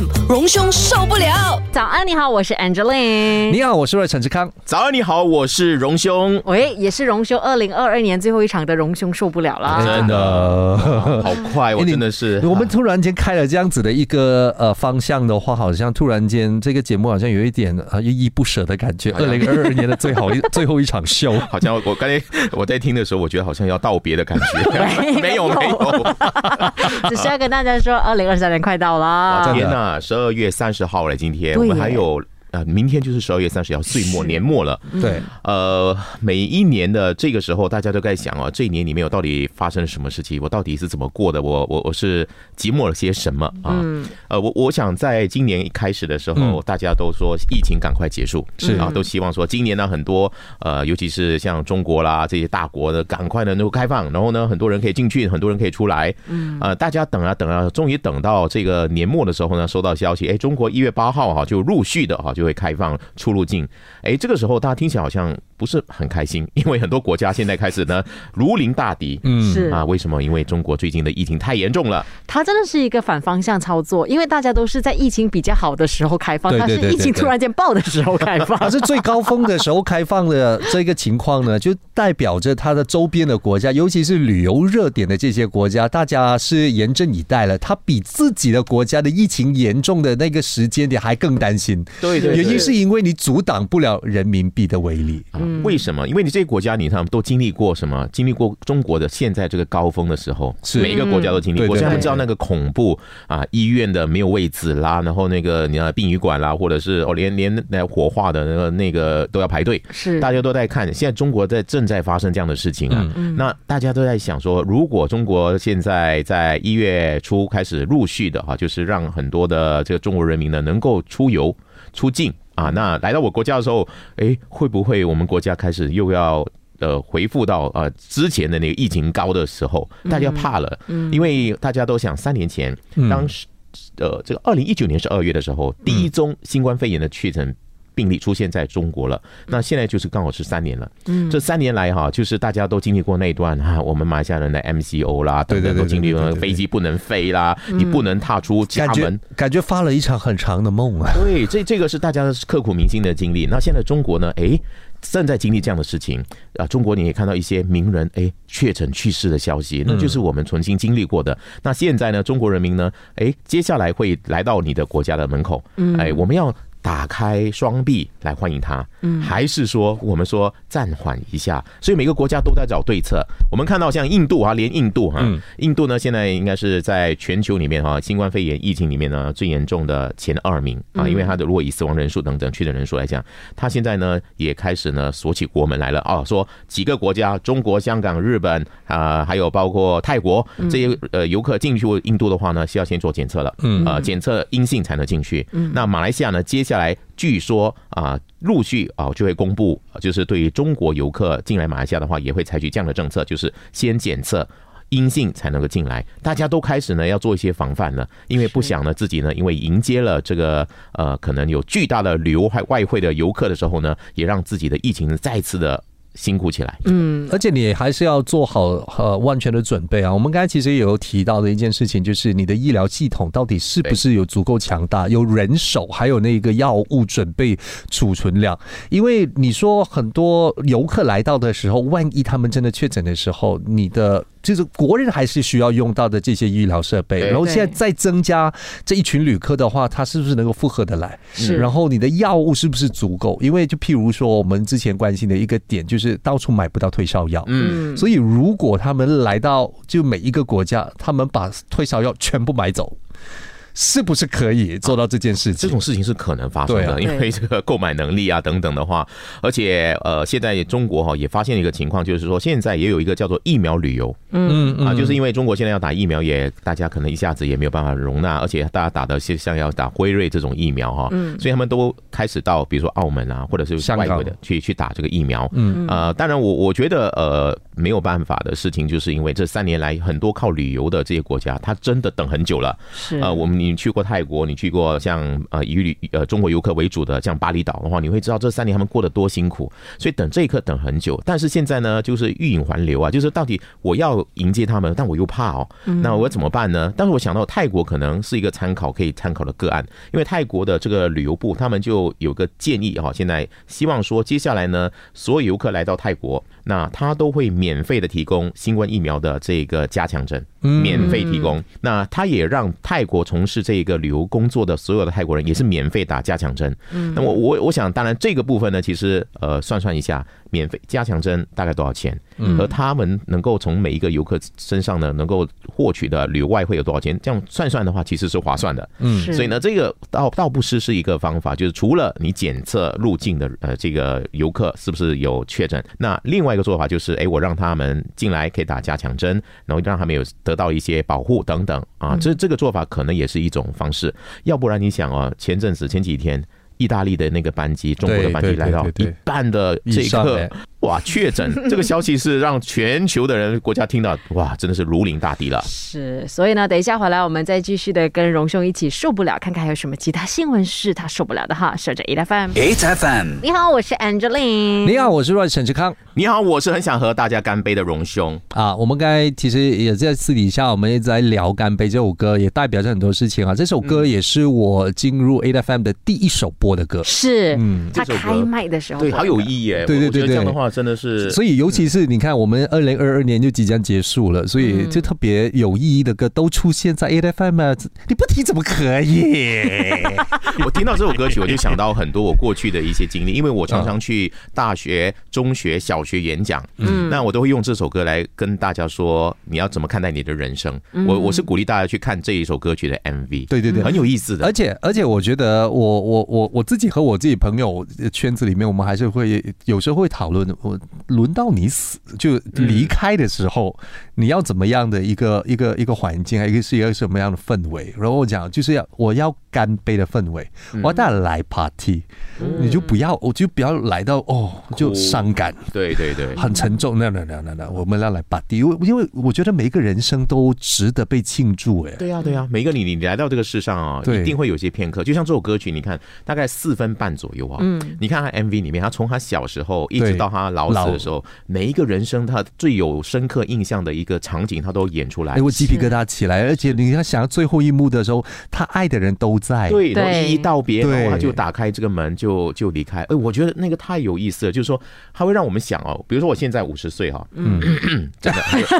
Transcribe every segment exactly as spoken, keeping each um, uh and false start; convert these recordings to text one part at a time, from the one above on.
M 荣兄受不了。 早安，你好，我是 Angeline。 你好，我是陈志康。 早安，你好，我是荣兄。 喂，也是荣兄二零二二年最后一场的荣兄受不了了， 真的好快，我真的是。 我们突然间开了这样子的一个呃方向的话，好像突然间这个节目好像有一点呃依依不舍的感觉。二零二二年的最后一最后一场秀， 好像我刚才我在听的时候，我觉得好像要道别的感觉。没有没有， 只是要跟大家说，二零二三年快到了。 天哪，十二月三十号了，今天我们还有。呃，明天就是十二月三十号，岁末年末了。 对， 呃，每一年的这个时候，大家都在想哦，这一年里面我到底发生了什么事情？我到底是怎么过的？我我我是寂寞了些什么啊？嗯、呃，我我想在今年一开始的时候，嗯、大家都说疫情赶快结束，是啊，都希望说今年呢，很多呃，尤其是像中国啦这些大国的，赶快的能够开放，然后呢，很多人可以进去，很多人可以出来。嗯，呃，大家等啊等啊，终于等到这个年末的时候呢，收到消息，哎，中国一月八号哈就陆续的哈就。就会开放出入境，哎，这个时候大家听起来好像不是很开心，因为很多国家现在开始呢如临大敌， 嗯，是啊，为什么？因为中国最近的疫情太严重了。 它真的是一个反方向操作，因为大家都是在疫情比较好的时候开放，它是疫情突然间爆的时候开放， 它是最高峰的时候开放的这个情况呢，就代表着它的周边的国家，尤其是旅游热点的这些国家，大家是严阵以待了。它比自己的国家的疫情严重的那个时间点还更担心。 对对。 原因是因为你阻挡不了人民币的威力、 啊、为什么？因为你这些国家你看都经历过什么？经历过中国的现在这个高峰的时候，是每一个国家都经历过。所以他们知道那个恐怖啊，医院的没有位置啦，然后那个你看殡仪馆啦，或者是哦连连那火化的那个那个都要排队，是大家都在看。现在中国在正在发生这样的事情啊，嗯、那大家都在想说，如果中国现在在一月初开始陆续的哈、啊，就是让很多的这个中国人民呢能够出游。出境啊，那来到我国家的时候，哎，会不会我们国家开始又要呃回复到呃之前的那个疫情高的时候？大家怕了，因为大家都想三年前，当时呃这个二零一九年十二月的时候，第一宗新冠肺炎的确诊病例出现在中国了，那现在就是刚好是三年了。嗯，这三年来哈，就是大家都经历过那一段哈，我们马来西亚人的 M C O 啦，等等都经历了，飞机不能飞啦，你不能踏出家门， 感觉感觉发了一场很长的梦啊。 对，这这个是大家刻骨铭心的经历。那现在中国呢，哎，正在经历这样的事情啊。中国你也看到一些名人哎确诊去世的消息，那就是我们曾经经历过的。那现在呢，中国人民呢，哎，接下来会来到你的国家的门口，哎，我们要。打开双臂来欢迎他，还是说我们说暂缓一下？所以每个国家都在找对策。我们看到像印度啊，连印度哈，印度呢现在应该是在全球里面哈，新冠肺炎疫情里面呢最严重的前二名啊，因为它的如果以死亡人数等等确诊人数来讲，它现在呢也开始呢锁起国门来了啊，说几个国家，中国、香港、日本啊，还有包括泰国这些呃游客进去印度的话呢，是要先做检测了，呃，检测阴性才能进去。那马来西亚呢，接下来据说啊，陆续啊就会公布，就是对于中国游客进来马来西亚的话，也会采取这样的政策，就是先检测阴性才能够进来。大家都开始呢要做一些防范了，因为不想呢自己呢因为迎接了这个呃可能有巨大的旅游外汇的游客的时候呢，也让自己的疫情再次的。辛苦起来， 嗯，而且你还是要做好呃万全的准备啊。我们刚才其实也有提到的一件事情，就是你的医疗系统到底是不是有足够强大，有人手，还有那个药物准备储存量。因为你说很多游客来到的时候，万一他们真的确诊的时候，你的就是国人还是需要用到的这些医疗设备，然后现在再增加这一群旅客的话，他是不是能够负荷得来？是，然后你的药物是不是足够？因为就譬如说我们之前关心的一个点，就是到处买不到退烧药，嗯，所以如果他们来到就每一个国家，他们把退烧药全部买走。是不是可以做到这件事情？ 这种事情是可能发生的，啊、因为这个购买能力啊等等的话，而且呃，现在中国哈也发现了一个情况，就是说现在也有一个叫做疫苗旅游，嗯啊，就是因为中国现在要打疫苗也，也大家可能一下子也没有办法容纳，而且大家打的像要打辉瑞这种疫苗哈，嗯，所以他们都开始到比如说澳门啊，或者是外国的去去打这个疫苗，嗯呃，当然我我觉得呃没有办法的事情，就是因为这三年来很多靠旅游的这些国家，他真的等很久了，是呃我们。 你去过泰国，你去过像呃以旅呃中国游客为主的像巴厘岛的话，你会知道这三年他们过得多辛苦，所以等这一刻等很久。但是现在呢，就是欲饮还流啊，就是到底我要迎接他们，但我又怕哦，那我怎么办呢？但是我想到泰国可能是一个参考可以参考的个案，因为泰国的这个旅游部他们就有个建议哈，现在希望说接下来呢，所有游客来到泰国，那他都会免费的提供新冠疫苗的这个加强针，免费提供。那他也让泰国从事这个旅游工作的所有的泰国人也是免费打加强针。那么我我想，当然这个部分呢，其实呃算算一下，免费加强针大概多少钱，和他们能够从每一个游客身上呢能够获取的旅游外汇有多少钱，这样算算的话，其实是划算的。嗯，所以呢，这个倒倒不失是一个方法，就是除了你检测入境的呃这个游客是不是有确诊，那另外一个做法就是，哎，我让他们进来可以打加强针，然后让他们有得到一些保护等等啊，这这个做法可能也是一种方式。要不然你想哦，前阵子前几天。意大利的那个班机，中国的班机来到一半的这一刻，哇，确诊这个消息是让全球的人国家听到，哇，真的是如临大敌了。 是，所以呢，等一下回来我们再继续的跟荣兄一起受不了，看看还有什么其他新闻是他受不了的哈。守着 eight F M，eight F M， 你好，我是 Angeline， 你好，我是 Roy 沈志康， 你好，我是很想和大家干杯的荣兄啊。我们刚才其实也在私底下，我们一直在聊干杯这首歌，也代表着很多事情啊。这首歌也是我进入eight F M 的第一首播的歌， 是。嗯，他开麦的时候， 对，好有意义耶！ 对对对对， 这样的话真的是， 所以尤其是你看，我们二零二二年就即将结束了，所以就特别有意义的歌都出现在eight F M 啊！你不提怎么可以？ 我听到这首歌曲，我就想到很多我过去的一些经历，因为我常常去大学、中学、小学演讲，嗯，那我都会用这首歌来跟大家说，你要怎么看待你的人生。我我是鼓励大家去看这一首歌曲的 M V， 对对对，很有意思的。 而且而且，我觉得我我我我自己和我自己朋友圈子里面，我们还是会有时候会讨论，我轮到你死就离开的时候，嗯、你要怎么样的一个一个一个环境，一个是一个什么样的氛围？然后我讲就是要我要干杯的氛围，我要带来 party，、嗯、你就不要，我就不要来到哦就伤感， 对对对， 很沉重。那那那那那，我们要来 party， 因为我觉得每一个人生都值得被庆祝。哎， 对呀、啊、对呀、啊，每一个你你来到这个世上啊，一定会有些片刻。就像这首歌曲，你看大概四分半左右啊，嗯，你看他 M V 里面，他从他小时候一直到他老死的时候，每一个人生他最有深刻印象的一个场景，他都演出来。 哎，我鸡皮疙瘩起来，而且你看，想到最后一幕的时候，他爱的人都在， 对，然后一一道别，然后他就打开这个门就就离开。哎，我觉得那个太有意思了，就是说他会让我们想哦，比如说我现在五十岁哈，嗯，真的还有,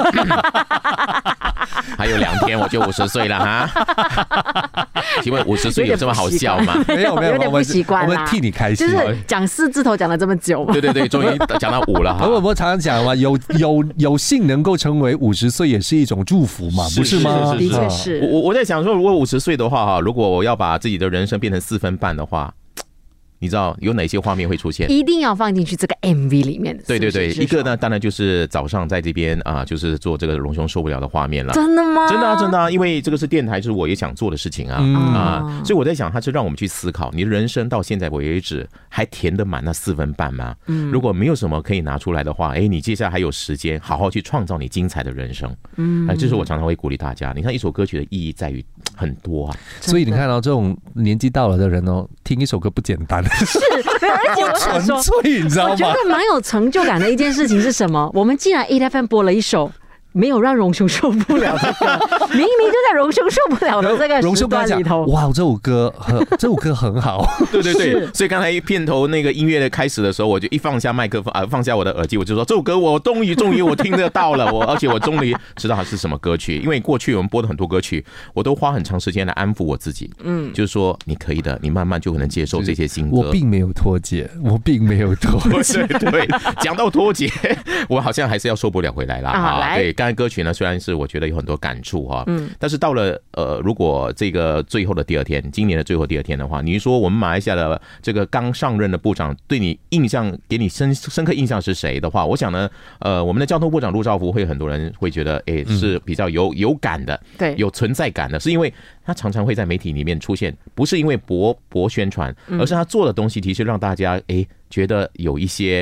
还有两天我就五十岁了哈。请问五十岁有这么好笑吗？ 没有没有， 有点不习惯啦。 我们替你开心， 就是讲四字头讲了这么久。 对对对，终于讲到五了哈。 我们常常讲嘛，有有有幸能够成为五十岁，也是一种祝福嘛，不是吗？ 的确是。 我我在想说，如果五十岁的话哈，如果我要把自己的人生变成四分半的话。你知道有哪些画面会出现？ 一定要放进去这个 M V 里面的。 对对对，一个呢，当然就是早上在这边啊，就是做这个荣兄受不了的画面了。 真的吗？ 真的啊，真的啊，因为这个是电台，就是我也想做的事情啊、嗯、啊，所以我在想，它是让我们去思考，你的人生到现在为止还填得满那四分半吗？嗯，如果没有什么可以拿出来的话，哎，你接下来还有时间好好去创造你精彩的人生。嗯，哎，这是我常常会鼓励大家。你看，一首歌曲的意义在于很多啊， 所以你看到、哦、这种年纪到了的人哦，听一首歌不简单。 是。而且我想说， 你知道吗？ 我觉得蛮有成就感的一件事情是什么？我们竟然eight F M播了一首没有让荣兄受不了的歌，明明就在荣兄受不了的这个时段里头。 哇，这首歌很，这首歌很好。 对对对，所以刚才片头那个音乐的开始的时候，我就一放下麦克风啊，放下我的耳机，我就说这首歌我终于终于我听得到了，我而且我终于知道它是什么歌曲。因为过去我们播的很多歌曲，我都花很长时间来安抚我自己，嗯，就是说你可以的，你慢慢就可能接受这些新歌。 我并没有脱节，我并没有脱节。 对对，讲到脱节，我好像还是要受不了回来啦。 啊，来， 对。刚才歌曲呢，虽然是我觉得有很多感触哈，嗯，但是到了呃，如果这个最后的第二天，今年的最后第二天的话，你说我们马来西亚的这个刚上任的部长对你印象，给你深深刻印象是谁的话，我想呢，呃，我们的交通部长陆兆福会很多人会觉得，哎，是比较有有感的，对，有存在感的，是因为他常常会在媒体里面出现，不是因为博博宣传，而是他做的东西其实让大家哎觉得有一些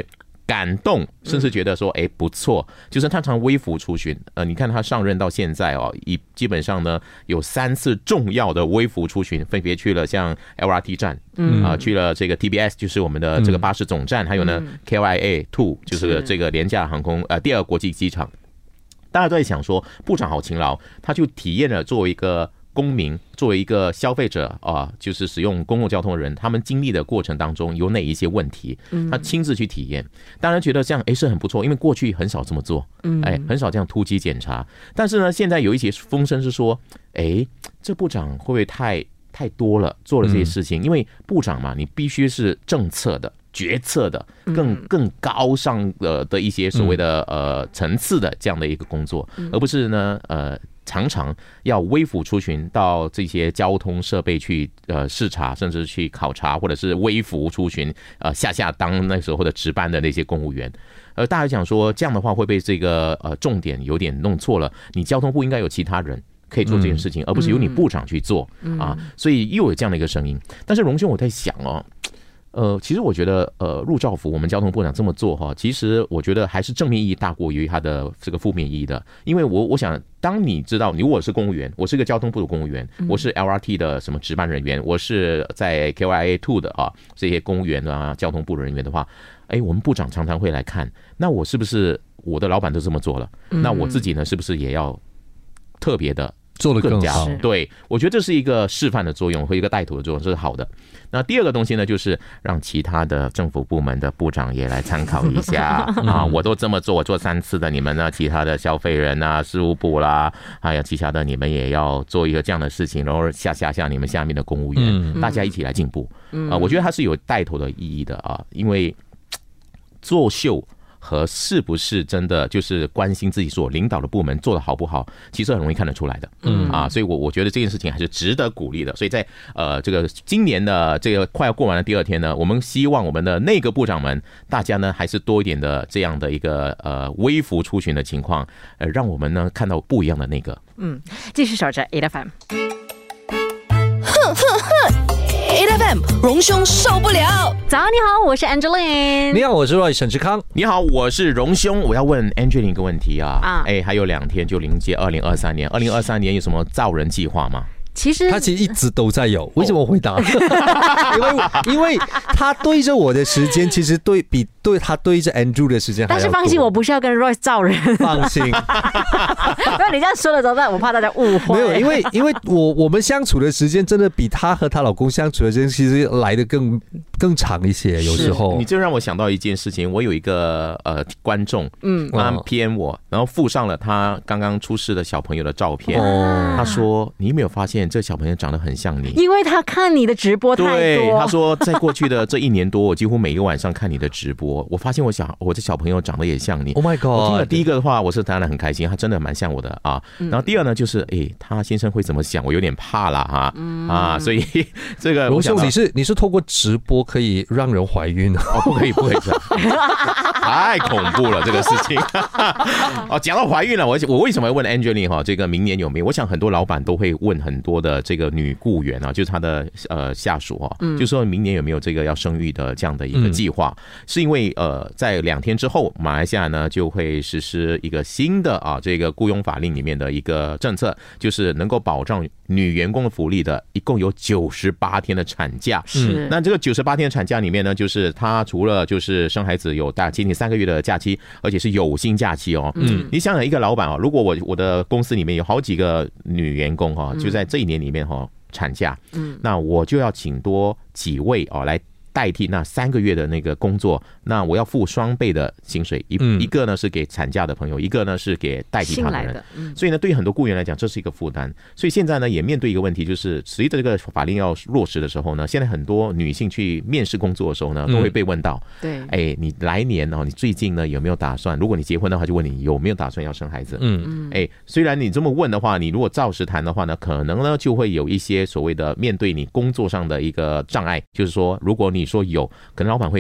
感动，甚至觉得说，哎，不错，就是他常微服出巡。呃，你看他上任到现在哦，以基本上呢有三次重要的微服出巡，分别去了像 L R T 站，嗯啊、呃，去了这个 T B S， 就是我们的这个巴士总站，嗯、还有呢 K Y A 二， 就是这个廉价航空呃第二国际机场。大家都在想说，部长好勤劳，他就体验了作为一个公民，作为一个消费者啊、呃，就是使用公共交通的人，他们经历的过程当中有哪一些问题，他亲自去体验。当然觉得这样哎是很不错，因为过去很少这么做，哎，很少这样突击检查。但是呢，现在有一些风声是说，哎，这部长会不会太太多了，做了这些事情？因为部长嘛，你必须是政策的。决策的更更高尚的的一些所谓的呃层次的这样的一个工作，而不是呢呃常常要微服出巡到这些交通设备去呃视察，甚至去考察，或者是微服出巡呃下下当那时候的值班的那些公务员。呃，大家讲说这样的话会被这个呃重点有点弄错了，你交通部应该有其他人可以做这件事情，而不是由你部长去做啊，所以又有这样的一个声音。但是荣兄，我在想哦。呃，其实我觉得，呃，陆兆福我们交通部长这么做哈，其实我觉得还是正面意义大过于他的这个负面意义的。因为我我想，当你知道，如果我是公务员，我是一个交通部的公务员，我是 L R T 的什么值班人员，我是在 K Y A 二 的啊这些公务员啊，交通部的人员的话，哎，我们部长常常会来看，那我是不是我的老板都这么做了，那我自己呢，是不是也要特别的？ 做得更好， 对，我觉得这是一个示范的作用和一个带头的作用，这是好的。那第二个东西呢，就是让其他的政府部门的部长也来参考一下啊！我都这么做，我做三次的，你们呢，其他的消费人啊、事务部啦，还有其他的，你们也要做一个这样的事情，然后下下下你们下面的公务员，嗯、大家一起来进步啊！我觉得它是有带头的意义的啊，因为作秀。和是不是真的就是关心自己所领导的部门做得好不好，其实很容易看得出来的，嗯啊，所以我我觉得这件事情还是值得鼓励的。所以在呃这个今年的这个快要过完的第二天呢，我们希望我们的内阁部长们，大家呢还是多一点的这样的一个呃微服出巡的情况，呃，让我们呢看到不一样的内阁。 嗯，继续守着 A F M。 哼哼哼。A F M 荣兄受不了。 早上你好，我是 Angeline。 你好，我是 Roy 沈志康。 你好，我是荣兄。我要问 Angeline 一个问题啊，啊哎，还有两天就迎接二零二三年，二零二三年有什么造人计划吗？ 其实他其实一直都在有，为什么回答？因为因为他对着我的时间，其实对比对他对着 Andrew 的时间还要多。 但是放心，我不是要跟 Royce 造人。 放心， 因为你这样说的时候，我怕大家误会。 没有，因为因为我我们相处的时间真的比她和她老公相处的时间其实来的更更长一些。有时候， 你这让我想到一件事情，我有一个呃观众，嗯，他 P M 我，然后附上了他刚刚出世的小朋友的照片。哦，他说：“你有没有发现？”这小朋友长得很像你， 因为他看你的直播太多。 对，他说在过去的这一年多，我几乎每个晚上看你的直播，我发现我小我的小朋友长得也像你。 Oh my god！ 我听了第一个的话，我是当然很开心，他真的蛮像我的啊。然后第二呢，就是哎、欸，他先生会怎么想，我有点怕啦哈、嗯、啊，所以这个荣兄，你是你是透过直播可以让人怀孕哦？不可以，不可以这样，太恐怖了这个事情。哦，讲到怀孕了，我我为什么要问 Angeline 哈？这个明年有没有？我想很多老板都会问很多的。这个女雇员啊，就是她的呃下属啊，嗯、就说明年有没有这个要生育的这样的一个计划？嗯、是因为呃，在两天之后，马来西亚呢就会实施一个新的啊这个雇佣法令里面的一个政策，就是能够保障女员工的福利的，一共有九十八天的产假。 是， 那这个九十八天的产假里面呢，就是她除了就是生孩子有大接近三个月的假期，而且是有薪假期哦。嗯，你想想一个老板哦，如果我我的公司里面有好几个女员工哈，就在这一年里面。产假，嗯，那我就要请多几位哦来代替那三个月的那个工作，那我要付双倍的薪水，一、嗯、一个呢是给产假的朋友，一个呢是给代替他的人，的嗯、所以呢，对于很多雇员来讲，这是一个负担。所以现在呢，也面对一个问题，就是随着这个法令要落实的时候呢，现在很多女性去面试工作的时候呢，都会被问到， 对、嗯， 哎，你来年哦，你最近呢有没有打算？如果你结婚的话，就问你有没有打算要生孩子？嗯，哎，虽然你这么问的话，你如果照实谈的话呢，可能呢就会有一些所谓的面对你工作上的一个障碍，就是说，如果你说有，可能老板会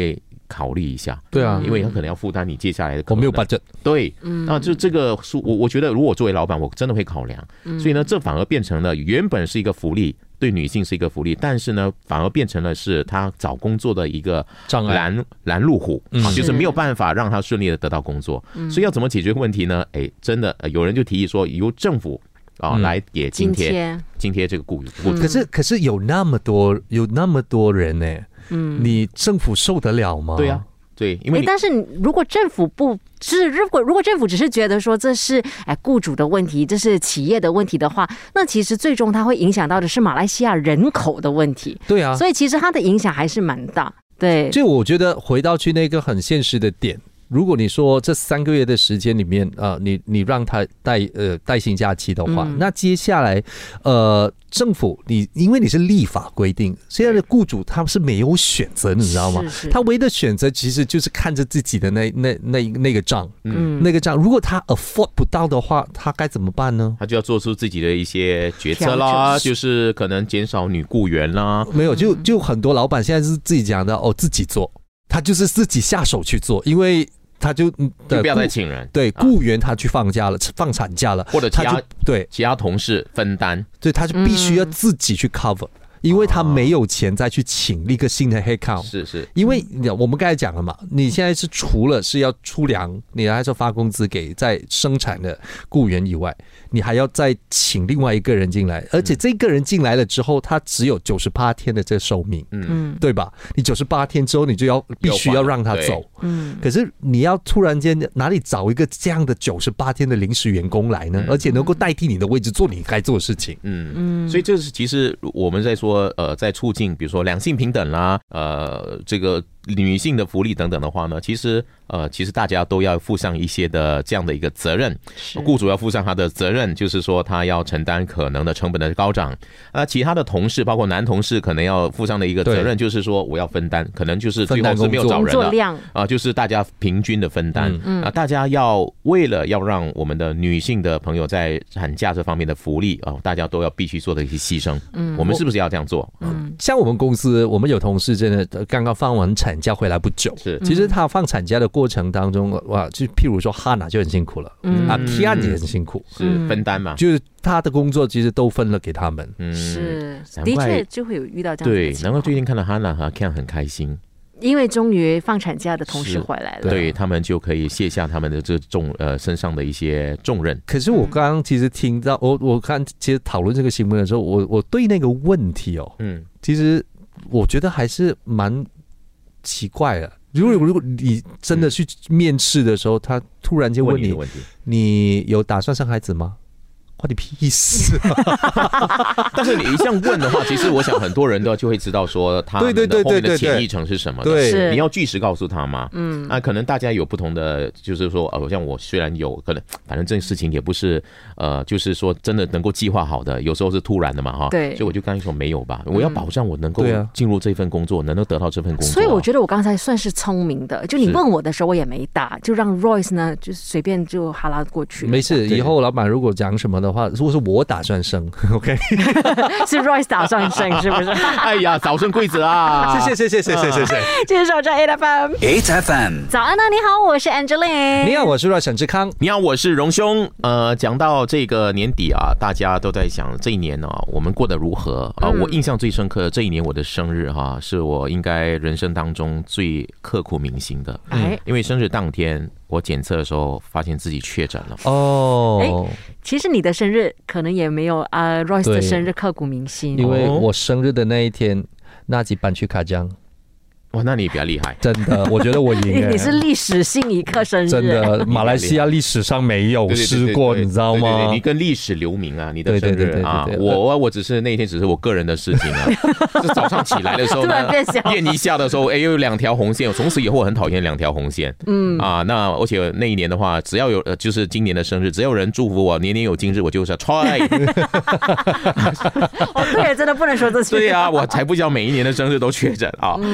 考虑一下。 对啊， 因为他可能要负担你接下来的可能。 我没有 budget。 对，那就这个我我觉得，如果我作为老板，我真的会考量。所以呢，这反而变成了原本是一个福利。对女性是一个福利，但是呢，反而变成了是她找工作的一个障碍拦拦路虎、 嗯啊，就是没有办法让她顺利的得到工作。所以要怎么解决问题呢？哎，真的、呃、有人就提议说，由政府啊、嗯、来给津贴，津贴这个雇雇、 嗯。可是可是有那么多有那么多人呢、欸，嗯，你政府受得了吗？ 对啊。对，因为、欸、 但是如果政府不是，如果如果政府只是觉得说这是哎雇主的问题，这是企业的问题的话，那其实最终它会影响到的是马来西亚人口的问题。 对啊， 所以其实它的影响还是蛮大。对， 就我觉得回到去那个很现实的点。如果你说这三个月的时间里面，呃，你你让他带呃带薪假期的话，嗯、那接下来，呃，政府你因为你是立法规定，现在的雇主他是没有选择，你知道吗？他唯一的选择其实就是看着自己的那那那那个账，嗯，那个账，如果他 afford 不到的话，他该怎么办呢？ 他就要做出自己的一些决策啦，就是可能减少女雇员啦。 没有，就就很多老板现在是自己讲的哦，自己做，他就是自己下手去做，因为。他就就不要再请人， 对雇员他去放假了，放产假了， 或者其他对其他同事分担， 对，他就必须要自己去 cover，、嗯、因为他没有钱再去请一个新的 headcount。 是是， 因为我们刚才讲了嘛，你现在是除了是要出粮，你还是发工资给在生产的雇员以外，你还要再请另外一个人进来，而且这个人进来了之后，他只有九十八天的这个寿命，嗯，对吧？你九十八天之后，你就要必须要让他走，嗯。可是你要突然间哪里找一个这样的九十八天的临时员工来呢？而且能够代替你的位置做你该做的事情， 嗯嗯。所以这是其实我们在说，呃，在促进比如说两性平等啦，呃，这个。女性的福利等等的话呢，其实呃，其实大家都要负上一些的这样的一个责任，雇主要负上他的责任，就是说他要承担可能的成本的高涨。那其他的同事，包括男同事，可能要负上的一个责任，就是说我要分担，可能就是最后是没有找人了啊、呃，就是大家平均的分担啊、嗯呃，大家要为了要让我们的女性的朋友在产假这方面的福利啊、呃，大家都要必须做的一些牺牲。嗯，我们是不是要这样做？ 嗯，像我们公司，我们有同事真的刚刚放完产。产假回来不久，是其实他放产假的过程当中，哇，就譬如说哈娜就很辛苦了，嗯啊 Tian 也很辛苦， 是分担嘛， 就是他的工作其实都分了给他们， 嗯，是的确就会有遇到这样的情况。 对，难怪最近看到哈娜和 Tian 很开心， 因为终于放产假的同事回来了， 对他们就可以卸下他们的这重呃身上的一些重任。 可是我刚刚其实听到，我我看其实讨论这个新闻的时候，我我对那个问题哦，嗯，其实我觉得还是蛮奇怪的。如果如果你真的去面试的时候，他突然间问你，你有打算生孩子吗？关你屁事！ 但是你一这样问的话，其实我想很多人都就会知道说他们的后面的潜意程是什么的。对，你要据实告诉他嘛。嗯，啊，可能大家有不同的，就是说，呃，像我虽然有可能，反正这件事情也不是，呃，就是说真的能够计划好的，有时候是突然的嘛，哈。对。所以我就刚才说没有吧，我要保障我能够进入这份工作，能够得到这份工作。 所以我觉得我刚才算是聪明的，就你问我的时候我也没答，就让 Royce 呢就随便就哈拉过去。 没事，以后老板如果讲什么的话，如果是我打算生 ，OK， 是 Royce 打算生，是不是？ 哎呀，早生贵子啊！ 谢谢谢谢谢谢谢谢。 继续守着 A F M，A F M， 早安呢，你好，我是 Angeline。 你好，我是 Royce 沈志康。 你好，我是荣兄。呃，讲到这个年底啊，大家都在想这一年呢、啊，我们过得如何啊、呃？我印象最深刻，这一年我的生日哈、啊，是我应该人生当中最刻骨铭心的。嗯，因为生日当天。我检测的时候发现自己确诊了哦、 欸，其实你的生日可能也没有啊、呃、Royce 的生日刻骨铭心， 因为我生日的那一天，纳吉搬去卡江。 哇，那你比较厉害， 真的，我觉得我赢。 你是历史性一刻生日， 真的，马来西亚历史上没有试过，你知道吗？ 对对对，你跟历史留名啊，你的生日啊，我我只是那一天只是我个人的事情啊。是早上起来的时候呢，验一下的时候，哎，有两条红线，从此以后我很讨厌两条红线。嗯啊，那而且那一年的话，只要有就是今年的生日，只要有人祝福我年年有今日，我就是要踹。 哦，对，真的不能说这些。 对啊，我才不想每一年的生日都确诊啊。呃，但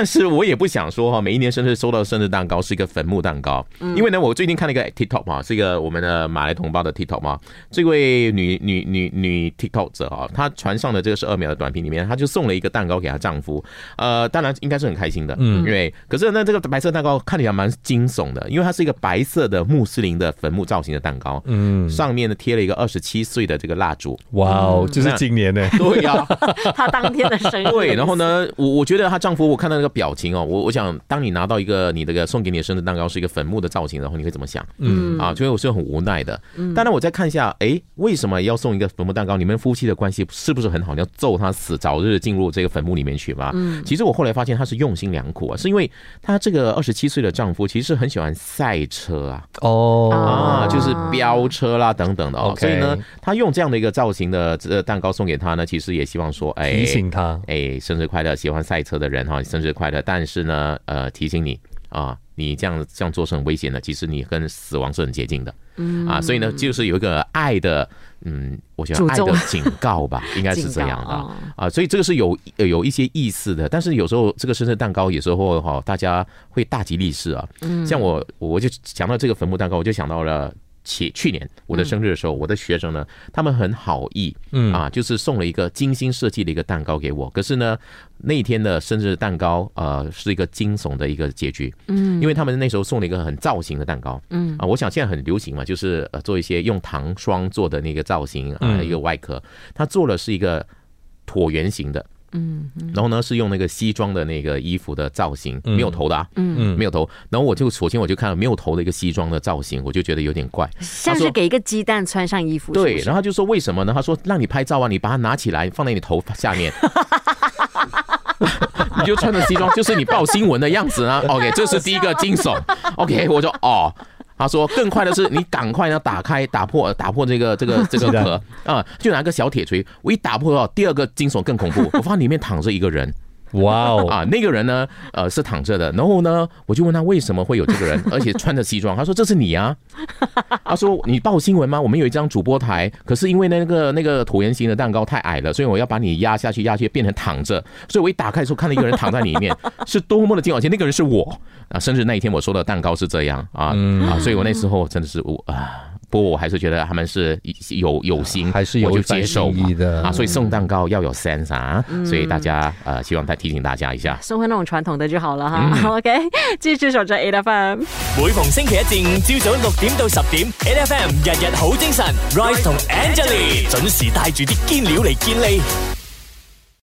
但是我也不想说哈，每一年生日收到的生日蛋糕是一个坟墓蛋糕，因为呢，我最近看了一个 TikTok 啊，是一个我们的马来同胞的 TikTok 嘛，这位女女女女 TikTok 者啊，她传上的这个十二秒的短片里面，她就送了一个蛋糕给她丈夫，呃，当然应该是很开心的，嗯，因为可是呢，这个白色蛋糕看起来蛮惊悚的，因为它是一个白色的穆斯林的坟墓造型的蛋糕，嗯，上面呢贴了一个二十七岁的这个蜡烛， 哇哦，就是今年呢， 对呀， 她当天的生日， 对，然后呢，我我觉得她丈夫，我看到那个表情哦，我我想，当你拿到一个你这个送给你的生日蛋糕是一个坟墓的造型，然后你会怎么想？嗯啊，所以我是很无奈的。当然，我再看一下，哎，为什么要送一个坟墓蛋糕？你们夫妻的关系是不是很好？你要咒他死，早日进入这个坟墓里面去吗？嗯，其实我后来发现他是用心良苦啊，是因为他这个二十七岁的丈夫其实很喜欢赛车啊，哦啊，就是飙车啦等等的哦， okay. 所以呢，他用这样的一个造型的蛋糕送给他呢，其实也希望说，哎， 提醒他， 哎，生日快乐，喜欢赛车的人哈，生日快乐，但是呢，呃，提醒你啊，你这样这样做是很危险的，其实你跟死亡是很接近的，嗯啊，所以呢，就是有一个爱的，嗯，我觉得爱的警告吧，应该是这样的、哦、啊，所以这个是有有一些意思的，但是有时候这个生日蛋糕有时候哈，大家会大吉利是啊，嗯，像我我就想到这个坟墓蛋糕，我就想到了。去去年我的生日的时候，嗯、我的学生呢，他们很好意，嗯啊，就是送了一个精心设计的一个蛋糕给我。可是呢，那一天的生日蛋糕，呃，是一个惊悚的一个结局，嗯，因为他们那时候送了一个很造型的蛋糕，嗯啊，我想现在很流行嘛，就是呃做一些用糖霜做的那个造型啊，嗯、一个外壳，他做了是一个椭圆形的。嗯，然后呢是用那个西装的那个衣服的造型，没有头的啊，嗯，没有头。然后我就首先我就看到没有头的一个西装的造型，我就觉得有点怪， 像是给一个鸡蛋穿上衣服。 对，然后他就说为什么呢？他说让你拍照啊，你把它拿起来放在你头下面。你就穿着西装，就是你报新闻的样子啊。OK， 这是第一个惊悚。OK， 我就哦。他说更快的是你赶快呢打开打破打破这个这个这个壳啊，就拿个小铁锤，我一打破，第二个惊悚更恐怖，我发现里面躺着一个人。哇哦啊，那个人呢，呃，是躺着的。然后呢，我就问他为什么会有这个人，而且穿着西装。他说这是你啊。他说你报新闻吗？我们有一张主播台，可是因为那个那个椭圆形的蛋糕太矮了，所以我要把你压下去，压下去变成躺着。所以我一打开的时候看到一个人躺在里面，是多么的惊悚！而且那个人是我啊，甚至那一天我收的蛋糕是这样啊、嗯、啊，所以我那时候真的是我啊。不过我还是觉得他们是有有心， 还是有我就接受嘛的啊，所以送蛋糕要有 sense 啊，嗯、所以大家呃，希望再提醒大家一下， 送回那种传统的就好了哈。嗯、OK， 繼續守着 A F M， 每逢星期一至五朝早六點到十點 ，A F M 日日好精神 ，Rise 同 Angelie 準時帶住啲堅料嚟健利。